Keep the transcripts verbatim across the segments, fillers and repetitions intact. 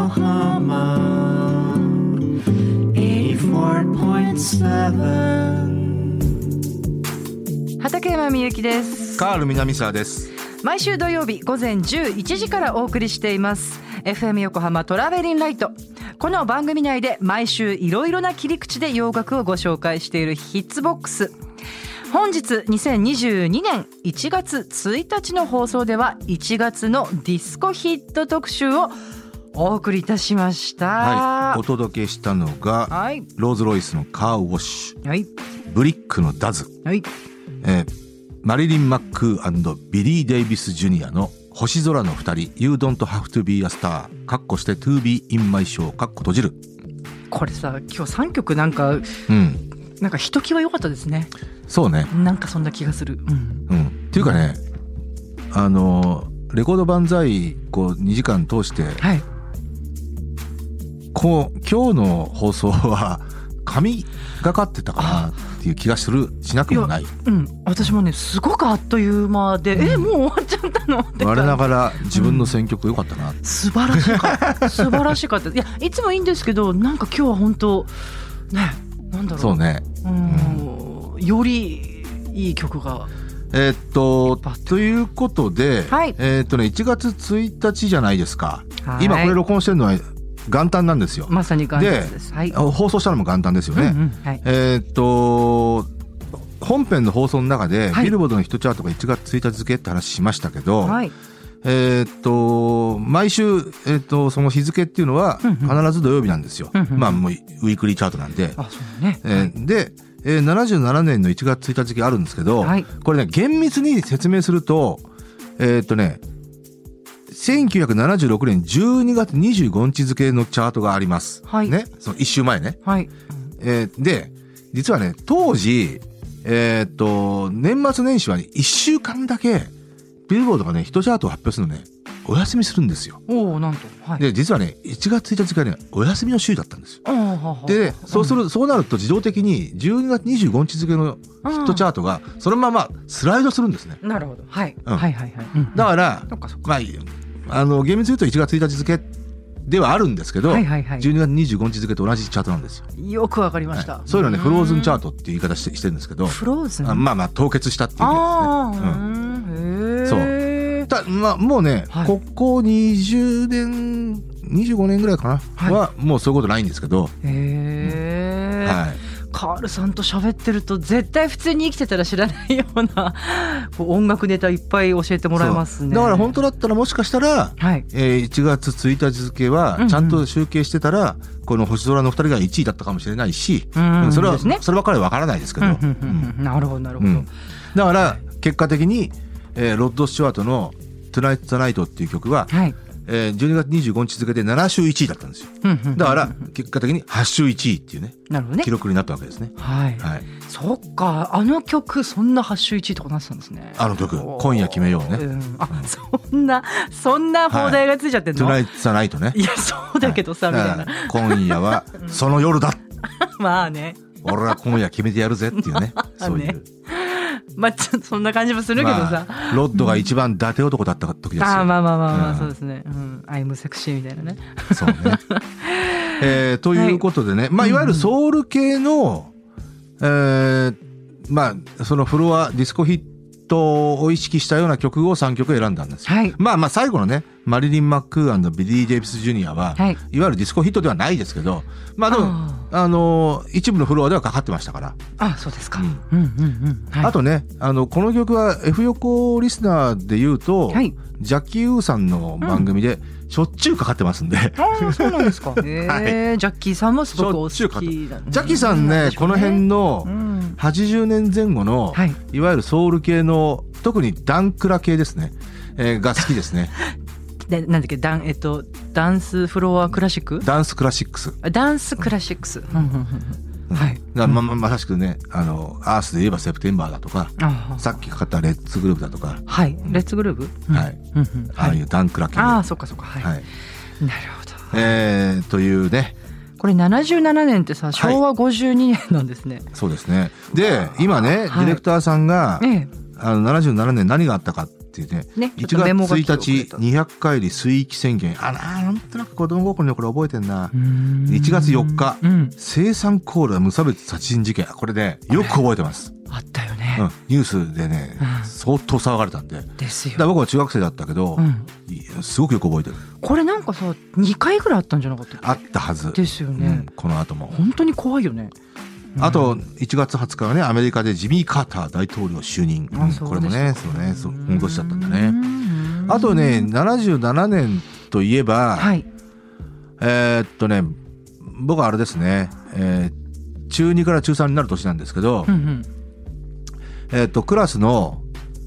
Yokohama eighty-four point seven 畠山みゆきです。 カール南沢です。 毎週土曜日午前じゅういちじからお送りしています エフエム 横浜トラベリンライト。この番組内で毎週いろいろな切り口で洋楽をご紹介しているヒッツボックス。本日にせんにじゅうにねんいちがつついたちの放送ではいちがつのディスコヒット特集をお送りいたしました、 はい、お届けしたのが、はい、ローズロイスのカーウォッシュ、はい、ブリックのダズ、はい、えー、マリリン・マックー&ビリー・デイビス・ジュニアの星空のふたり You don't have to be a star カッコして to be in my show カッコ閉じる。 これさ今日さんきょくなんか、うん、なんかひときわ良かったですね。 そうね、 なんかそんな気がする、うんうん、っていうかね、あのレコード万歳こうにじかん通して、はい、こう今日の放送は神がかってたかなっていう気がするしなくもない。いや、うん、私もねすごくあっという間で、うん、えもう終わっちゃったのって我ながら自分の選曲良かったな、うん、 素晴らしかった素晴らしかった。いやいつもいいんですけどなんか今日は本当ね、なんだろう、 そうね、うん 、よりいい曲がえー、っとということで、はい、えー、っとねいちがつついたちじゃないですか。今これ録音してるのは元旦なんですよ。 まさに元旦です。はい、 放送したのも元旦ですよね、うんうん、はい、えー、っと本編の放送の中で、はい、ビルボードのヒットチャートがいちがつついたち付って話しましたけど、はい、えー、っと毎週、えー、っとその日付っていうのは必ず土曜日なんですよ、うんうん、まあもうウィークリーチャートなんで、あ、そうね、えーはい、で、えー、ななじゅうななねんのいちがつついたち付あるんですけど、はい、これね厳密に説明するとえー、っとねせんきゅうひゃくななじゅうろくねんじゅうにがつにじゅうごにち付のチャートがあります、はい、ね、そのいっしゅうまえね、はい、えー、で実はね当時えー、っと年末年始は、ね、いっしゅうかんだけビルボードがねヒットチャートを発表するのねお休みするんですよ。 おー、なんと、はい、 で実はねいちがつついたちがねお休みの週だったんですよ。でそうする、うん、そうなると自動的にじゅうにがつにじゅうごにち付のヒットチャートがそのままスライドするんですね。 なるほど、はい、うん、はいはいはい、うん、 だからまああの厳密に言うといちがつついたち付ではあるんですけど、はいはいはい、じゅうにがつにじゅうごにち付と同じチャートなんですよ。 よくわかりました、はい、 そういうのはねフローズンチャートっていう言い方して、してるんですけど、 フローズン、 あまあまあ凍結したっていう意味ですね。あ、うん、へそうた、まあ、もうね、はい、ここにじゅうねんにじゅうごねんぐらいかな、はい、はもうそういうことないんですけど、へー、うん、はい、カールさんと喋ってると絶対普通に生きてたら知らないようなこう音楽ネタいっぱい教えてもらえますね。 だから本当だったらもしかしたら、はい、えー、いちがつついたち付はちゃんと集計してたら、うんうん、この星空のふたりがいちいだったかもしれないし、うんうん、それは、ね、そればかりは分からないですけど、うんうんうん、 なるほどなるほど、うん、 だから結果的に、えー、ロッド・スチュワートのTonight the Night っていう曲は、はい、えー、じゅうにがつにじゅうごにち付でななしゅういちいだったんですよ、うんうんうんうん、だから結果的にはちしゅういちいっていうね、なるほどね、記録になったわけですね。 はい、はい、そっか、あの曲そんなはちしゅういちいとかなってたんですね。 あの曲今夜決めようね、うん、 あ、そんなそんな放題がついちゃってんの、 はい、Tonight the Night ね。 いやそうだけどさ、はい、みたいな今夜はその夜だまあね俺は今夜決めてやるぜっていうねそういう、ね、 まあ、そんな感じもするけどさ、 まあ、ロッドが一番伊達男だった時ですよ、うん、 あまあまあまあまあ、うん、そうですね、うん、アイムセクシーみたいなねそうね、えー、ということでね、はい、まあ、いわゆるソウル系の、うん、えー、まあそのフロアディスコヒットを意識したような曲をさんきょく選んだんですよ、はい、まあまあ最後のねマリリン・マックー&ビリー・デイビス・ジュニアは、はい、いわゆるディスコヒットではないですけど、まあでもああの一部のフロアではかかってましたから。 あ、そうですか、うんうんうんうんはい、 あとねあのこの曲は F 横リスナーで言うと、はい、ジャッキー・ウーさんの番組でしょっちゅうかかってますんで、 うん、あそうなんですか、えーはい、ジャッキーさんもすごくお好きだ、ね、 ジャッキーさんね、うん、この辺のはちじゅうねんぜん後の、はい、いわゆるソウル系の特にダンクラ系ですね、えー、が好きですねでなんだっけダン、えっと、ダンスフロアクラシックダンスクラシックスダンスクラシックス、うんうんうん、はい、 ま, ま, まさしくねあのアースで言えばセプテンバーだとか、さっきかかったレッツグループだとか、 はい、レッツグループ、うん、 はい、うんうん、ああいうダンクラ系、 ああそっかそっか、はい、はい、なるほど、 えー、というねこれななじゅうななねんってさ昭和ごじゅうにねんなんですね、はい、 そうですね。で今ねディレクターさんが、ええ、あのななじゅうななねん何があったかっっていうね、 ねいちがつついたちにひゃくかいり水域宣言、あなんとなく子供心にこれ覚えてんな。いちがつよっか、うん、青酸コーラ無差別殺人事件、これねよく覚えてます。 あったよね、 うん、ニュースでね、うん、相当騒がれたんで。 ですよ。 だから僕は中学生だったけど、うん、すごくよく覚えてる。 これなんかさにかいぐらいあったんじゃなかったっけ。 あったはずですよね、うん、 この後も本当に怖いよね。 あといちがつはつかはねアメリカでジミー・カーター大統領就任、うん、これもねそうねそうこの年だったんだね。あとねななじゅうななねんといえば、はい、えー、っとね僕はあれですね、えー、中にから中さんになる年なんですけど、うんうん、えー、っとクラスの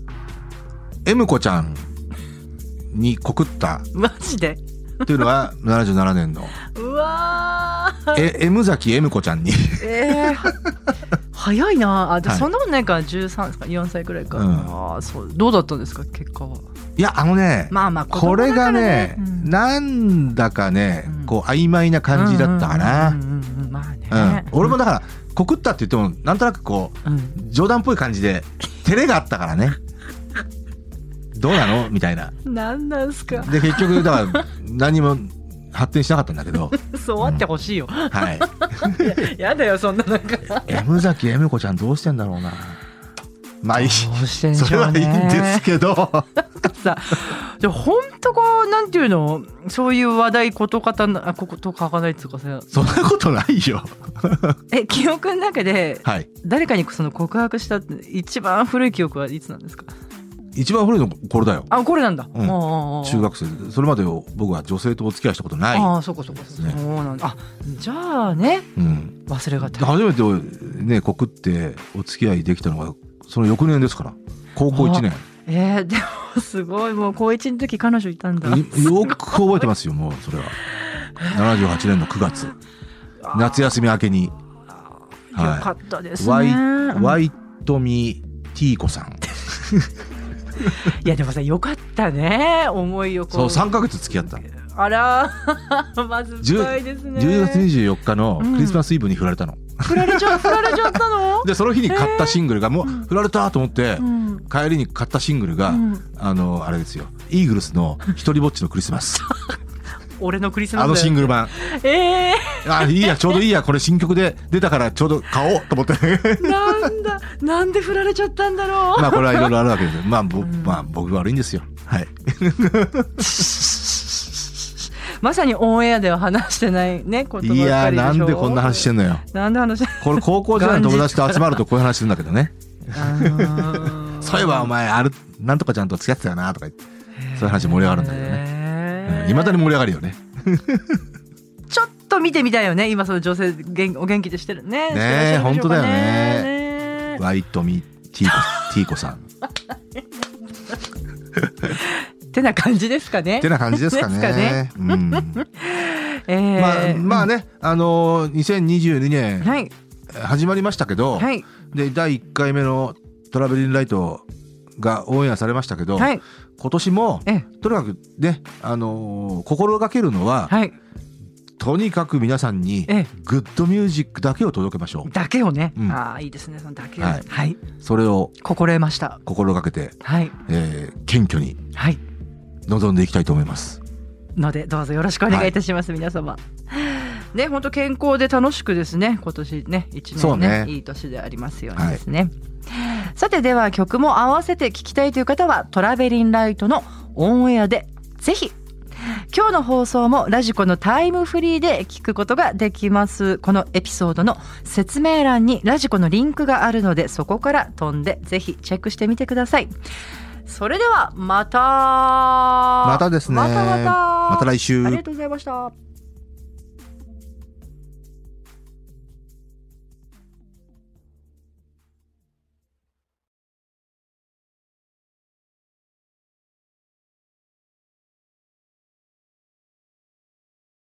M 子ちゃんに告ったマジでっていうのがななじゅうななねんのうわーえ M 崎 M 子ちゃんにえー、早いなあ。で、はい、そんなことないからじゅうさんですかよんさいくらいか、うん、あそうどうだったんですか結果は。 いやあのね、まあまあね、これがね、うん、なんだかね、うん、こう曖昧な感じだったかな。俺もだから告ったって言ってもなんとなくこう、うん、冗談っぽい感じで照れがあったからねどうなのみたいな。 なんなんすか。 で結局だから何も発展しなかったんだけどそうあってほしいよ、うん、 はいや, やだよそんななんか M 崎 M 子ちゃんどうしてんだろうな。まあいいそれはいいんですけどさでも本当こうなんていうのそういう話題ことかたなこと書かないっていうかさ。 そんなことないよえ記憶の中で、 はい、 誰かにその告白した一番古い記憶はいつなんですか。 一番古いのこれだよ。 あこれなんだ、 うん、中学生でそれまで僕は女性とお付き合いしたことない。 ああそうかそうかそう、ね、そうなんだ。あじゃあね、うん、忘れがたい。 初めてね告ってお付き合いできたのがその翌年ですから高校いちねん。 えー、でもすごいもう高いちの時彼女いたんだ。 よく覚えてますよもうそれはななじゅうはちねんのくがつ夏休み明けに、 はい、よかったですね。 ワイ、ワイトミティーコさんいやでもさよかったね思いをこう。 そうさんかげつ付き合った。 あらまず深いですね。 じゅうがつにじゅうよっかのクリスマスイブに振られたの、 うん、振られちゃ振られちゃったのでその日に買ったシングルがもう振られたと思って、うん、帰りに買ったシングルが、うん、あのあれですよイーグルスの一人ぼっちのクリスマス俺のクリスマスあのシングル版。 えー、あいいやちょうどいいやこれ新曲で出たからちょうど買おうと思ってなんだなんで振られちゃったんだろう。 まあこれはいろいろあるわけです。まあ、うん、まあ僕悪いんですよ。はいまさにオンエアでは話してないねことばっかりでしょ。いやなんでこんな話してんのよ。 なんで話これ高校時代の友達と集まるとこういう話するんだけどねそういえばお前あるなんとかちゃんと付き合ってたよなとか言ってそういう話盛り上がるんだけどね。いまだに盛り上がるよねちょっと見てみたいよね今その女性お元気でしてるね。 ねえ本当だよね。ワイトミティーコさんってな感じですかね。 ってな感じですかね。ねうんえー、まあまあねあのー、にせんにじゅうにねん、はい、始まりましたけど、はい、でだいいっかいめのトラベリンライトがオンエアされましたけど、はい、今年もとにかくね、あのー、心がけるのは、はい、とにかく皆さんにグッドミュージックだけを届けましょう。 だけをね、うん、ああいいですねそのだけを、はいはい、 それを心得ました。 心がけて、はいえー、謙虚に臨んでいきたいと思います、 のでどうぞよろしくお願いいたします、はい、皆様ね本当健康で楽しくですね今年ねいちねん ね, ねいい年でありますようにですね、はい、さてでは曲も合わせて聴きたいという方はトラベリンライトのオンエアでぜひ。今日の放送もラジコのタイムフリーで聞くことができます。このエピソードの説明欄にラジコのリンクがあるのでそこから飛んでぜひチェックしてみてください。それではまたまたですね。 またまたまた来週。 ありがとうございました。